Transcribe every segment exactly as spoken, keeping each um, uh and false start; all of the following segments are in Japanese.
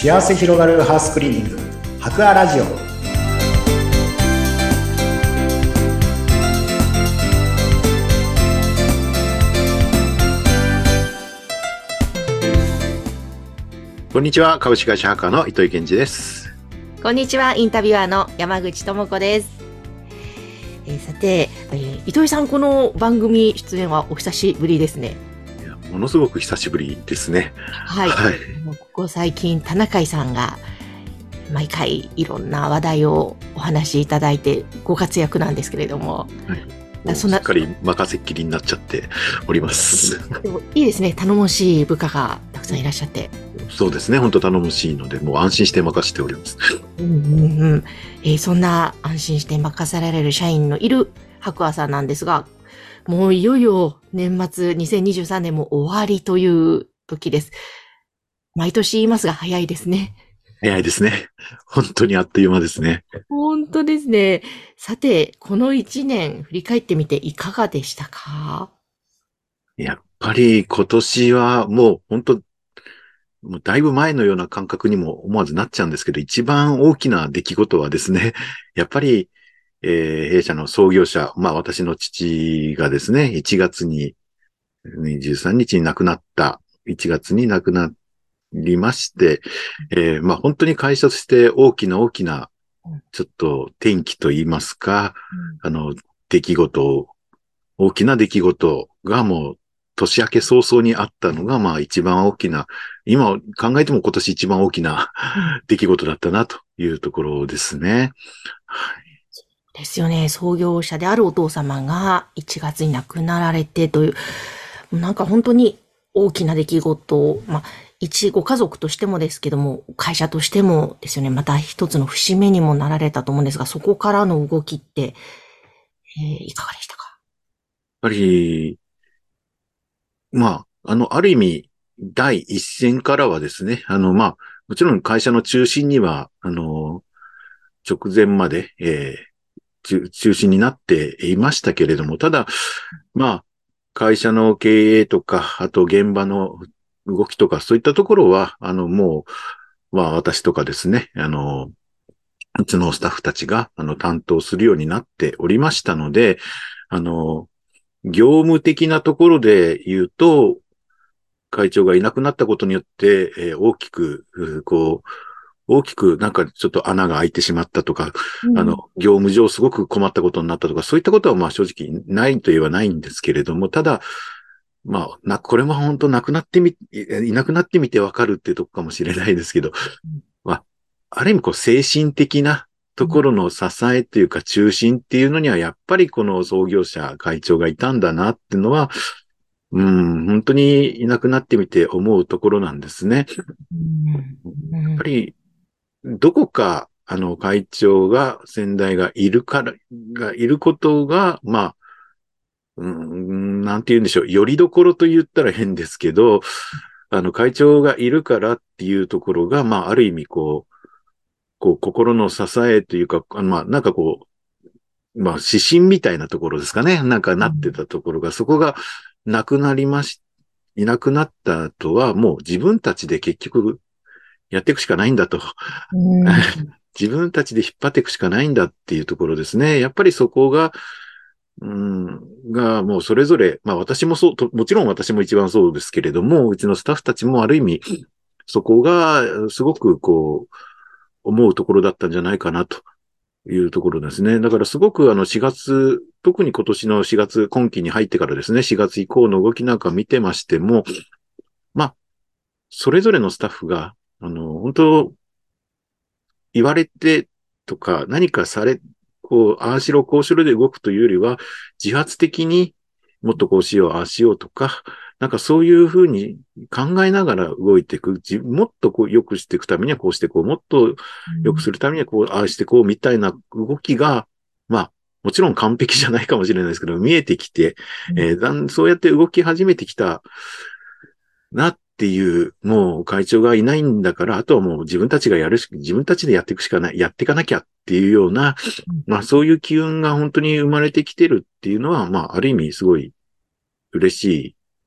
幸せ広がるハウスクリーニング博アラジオ。 こんにちは、株式会社博アの糸井健二です。 こんにちは、インタビュアーの山口智子です。えー、さて、えー、糸井さん、この番組出演はお久しぶりですね。 いや、ものすごく久しぶりですね。 はい。はい、ここ最近、田中井さんが毎回いろんな話題をお話しいただいてご活躍なんですけれども。 はい、そんなしっかり任せっきりになっちゃっております。 でもいいですね。頼もしい部下がたくさんいらっしゃって。 そうですね。本当頼もしいので、もう安心して任せております。 うんうんうん。えー、そんな安心して任せられる社員のいる博アさんなんですが、もういよいよ年末にせんにじゅうさんねんも終わりという時です。毎年言いますが早いですね。 早いですね。本当にあっという間ですね。 本当ですね。さて、このいちねん振り返ってみていかがでしたか？ やっぱり今年はもう本当、もうだいぶ前のような感覚にも思わずなっちゃうんですけど、一番大きな出来事はですね、やっぱり、えー、弊社の創業者、まあ私の父がですね、いちがつににじゅうさんにちに亡くなった、いちがつに亡くなりまして、えー、まあ本当に会社として大きな大きな、ちょっと転機と言いますか、うん、あの、出来事、大きな出来事がもう年明け早々にあったのが、まあ一番大きな、今考えても今年一番大きな出来事だったなというところですね。 はい、ですよね。創業者であるお父様がいちがつに亡くなられてという、なんか本当に大きな出来事、まあ、一ご家族としてもですけども、会社としてもですよね、また一つの節目にもなられたと思うんですが、そこからの動きって、えー、いかがでしたか？ やっぱり、まあ、あの、ある意味、第一線からはですね、あの、まあ、もちろん会社の中心には、あの、直前まで、えー、中心になっていましたけれども、ただ、まあ、会社の経営とか、あと現場の動きとか、そういったところは、あの、もう、まあ、私とかですね、あの、うちのスタッフたちが、あの、担当するようになっておりましたので、あの、業務的なところで言うと、会長がいなくなったことによって、えー、大きく、こう、大きくなんかちょっと穴が開いてしまったとか、うん、あの、業務上すごく困ったことになったとか、そういったことはまあ正直ないと言えばないんですけれども、ただ、まあ、な、これも本当なくなってみ、いなくなってみてわかるっていうとこかもしれないですけど、まあ、ある意味こう精神的なところの支えっていうか中心っていうのにはやっぱりこの創業者会長がいたんだなっていうのは、うん、本当にいなくなってみて思うところなんですね。やっぱり、どこか、あの、会長が、先代がいるから、がいることが、まあ、うん、なんて言うんでしょう、よりどころと言ったら変ですけど、あの、会長がいるからっていうところが、まあ、ある意味、こう、こう、心の支えというか、まあ、なんかこう、まあ、指針みたいなところですかね。なんかなってたところが、そこがなくなりまし、いなくなった後は、もう自分たちで結局、やっていくしかないんだと。自分たちで引っ張っていくしかないんだっていうところですね。やっぱりそこが、うん、が、もうそれぞれ、まあ私もそうと、もちろん私も一番そうですけれども、うちのスタッフたちもある意味、そこがすごくこう、思うところだったんじゃないかなというところですね。だからすごくあのしがつ、特に今年のしがつ、今期に入ってからですね、しがつ以降の動きなんか見てましても、まあ、それぞれのスタッフが、あの、本当、言われてとか、何かされ、こう、ああしろこうしろで動くというよりは、自発的にもっとこうしよう、ああしようとか、なんかそういうふうに考えながら動いていく、もっとこう良くしていくためにはこうしていこう、もっと良くするためにはこう、ああしていこうみたいな動きが、まあ、もちろん完璧じゃないかもしれないですけど、見えてきて、えー、だんそうやって動き始めてきたなっていう、もう会長がいないんだから、あとはもう自分たちがやるし、自分たちでやっていくしかない、やっていかなきゃっていうような、まあそういう機運が本当に生まれてきてるっていうのは、まあある意味すごい嬉しい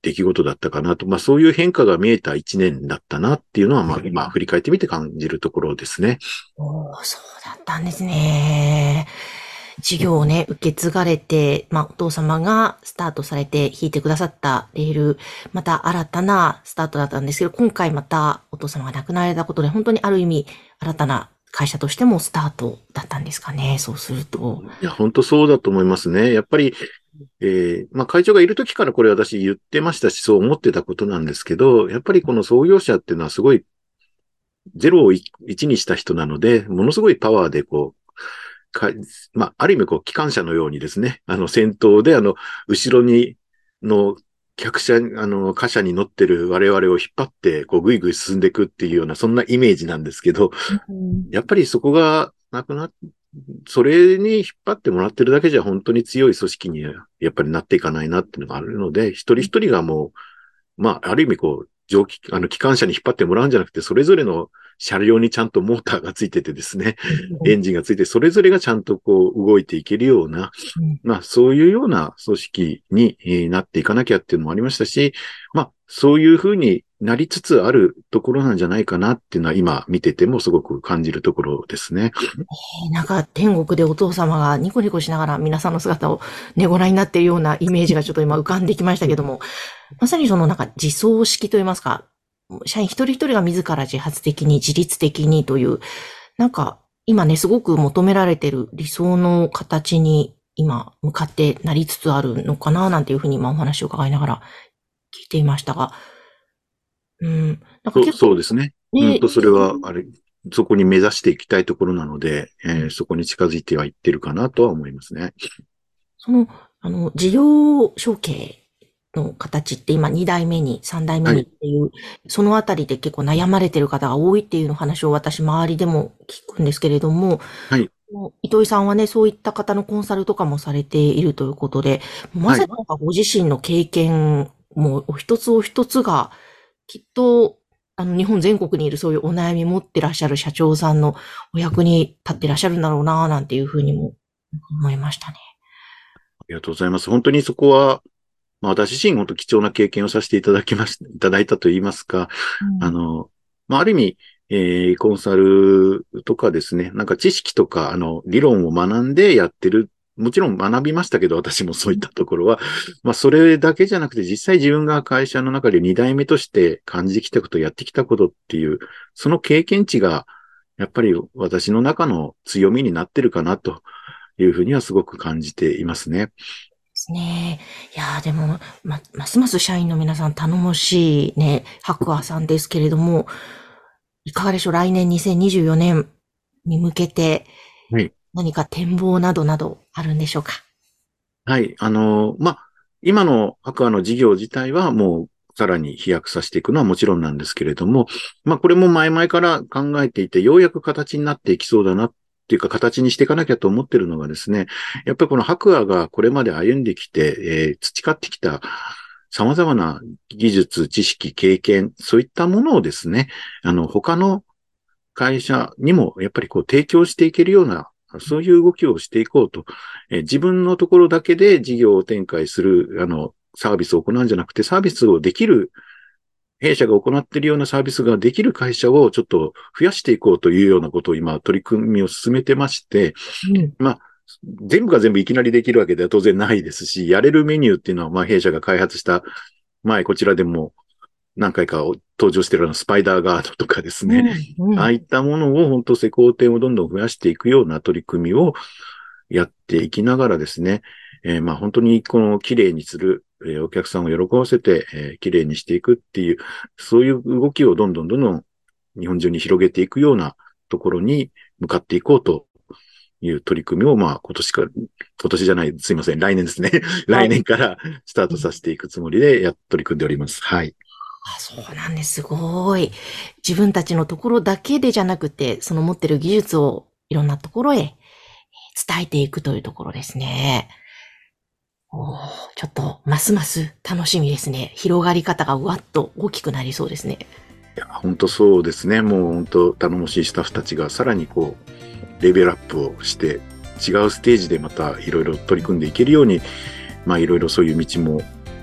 出来事だったかなと、まあそういう変化が見えた一年だったなっていうのは、まあ今振り返ってみて感じるところですね。 おー、そうだったんですね。事業をね、受け継がれて、まあ、お父様がスタートされて引いてくださったレール、また新たなスタートだったんですけど、今回またお父様が亡くなられたことで、本当にある意味、新たな会社としてもスタートだったんですかね、そうすると。 いや、本当そうだと思いますね。やっぱり、えー、まあ会長がいる時からこれ私言ってましたし、そう思ってたことなんですけど、やっぱりこの創業者っていうのはすごい、ゼロをいちにした人なので、ものすごいパワーでこう、かまあ、ある意味こう、機関車のようにですね、あの、先頭であの、後ろに、の、客車、あの、貨車に乗ってる我々を引っ張って、こう、ぐいぐい進んでいくっていうような、そんなイメージなんですけど、 うん、 やっぱりそこがなくなっ、それに引っ張ってもらってるだけじゃ本当に強い組織にやっぱりなっていかないなっていうのがあるので、一人一人がもう、まあ、ある意味こう、蒸気、あの、機関車に引っ張ってもらうんじゃなくて、それぞれの車両にちゃんとモーターがついててですね、エンジンがついて、それぞれがちゃんとこう、動いていけるような、まあ、そういうような組織になっていかなきゃっていうのもありましたし、まあ、そういうふうになりつつあるところなんじゃないかなっていうのは今見ててもすごく感じるところですね。 なんか天国でお父様がニコニコしながら皆さんの姿をねご覧になっているようなイメージがちょっと今浮かんできましたけども、まさにそのなんか自走式といいますか、社員一人一人が自ら自発的に自律的にという、なんか今ねすごく求められている理想の形に今向かってなりつつあるのかななんていうふうに今お話を伺いながら聞いていましたが、うん、なんか結構そう、そうですね。 ね、 うんと、それは、あれ、そこに目指していきたいところなので、えーそこに近づいてはいってるかなとは思いますね。 その、あの、事業承継の形って今に代目にさん代目はい。 にっていう、そのあたりで結構悩まれてる方が多いっていうの話を私周りでも聞くんですけれども、 はい。 糸井さんはね、そういった方のコンサルとかもされているということで、まはい。 さになんかご自身の経験もお一つお一つが、きっと、あの、日本全国にいるそういうお悩み持ってらっしゃる社長さんのお役に立ってらっしゃるんだろうな、なんていうふうにも思いましたね。 ありがとうございます。本当にそこは、まあ私自身本当貴重な経験をさせていただきまし、いただいたと言いますか、 うん。 あの、まあある意味、えーコンサルとかですね、なんか知識とか、あの、理論を学んでやってる。もちろん学びましたけど、私もそういったところは、まあそれだけじゃなくて、実際自分が会社の中でに代目として感じてきたこと、やってきたことっていう、その経験値が、やっぱり私の中の強みになってるかなというふうにはすごく感じていますね。 ですね。いやーでも、ま、ますます社員の皆さん頼もしいね、白亜さんですけれども、いかがでしょう来年にせんにじゅうよねんに向けてはい。 何か展望などなどあるんでしょうか？ はい。あの、まあ、今の白亜の事業自体はもうさらに飛躍させていくのはもちろんなんですけれども、まあ、これも前々から考えていて、ようやく形になっていきそうだなっていうか、形にしていかなきゃと思ってるのがですね、やっぱりこの白亜がこれまで歩んできて、えー培ってきた様々な技術、知識、経験、そういったものをですね、あの、他の会社にもやっぱりこう提供していけるような、そういう動きをしていこうと。えー自分のところだけで事業を展開する、あの、サービスを行うんじゃなくて、サービスをできる、弊社が行っているようなサービスができる会社をちょっと増やしていこうというようなことを今取り組みを進めてまして、 うん。 まあ、全部が全部いきなりできるわけでは当然ないですし、やれるメニューっていうのは、まあ、弊社が開発した前、こちらでも何回か登場しているようなスパイダーガードとかですね。 うん。うん。 ああいったものを本当施工点をどんどん増やしていくような取り組みをやっていきながらですね、えーまあ本当にこの綺麗にする、えーお客さんを喜ばせて、えー綺麗にしていくっていう、そういう動きをどんどんどんどん日本中に広げていくようなところに向かっていこうという取り組みを、まあ今年から、今年じゃない、すいません、来年ですね。 はい。 来年からスタートさせていくつもりでや、取り組んでおります。はい。 あ、そうなんです。すごい。自分たちのところだけでじゃなくて、その持ってる技術をいろんなところへえー伝えていくというところですね。おー、ちょっと、ますます楽しみですね。広がり方がうわっと大きくなりそうですね。 いや、本当そうですね。もう本当頼もしいスタッフたちがさらにこう、レベルアップをして、違うステージでまたいろいろ取り組んでいけるように、まあいろいろそういう道も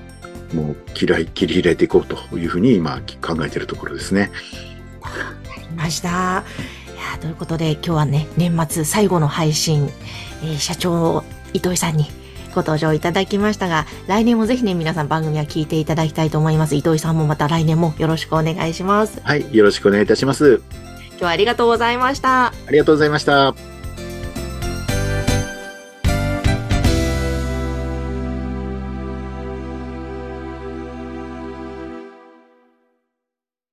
もう切り切り開いていこうというふうに今考えているところですね。 わかりました。いやということで今日はね、年末最後の配信、えー、社長糸井さんにご登場いただきましたが、来年もぜひね、皆さん番組は聞いていただきたいと思います。糸井さんもまた来年もよろしくお願いします。 はい、よろしくお願いいたします。 今日はありがとうございました。 ありがとうございました。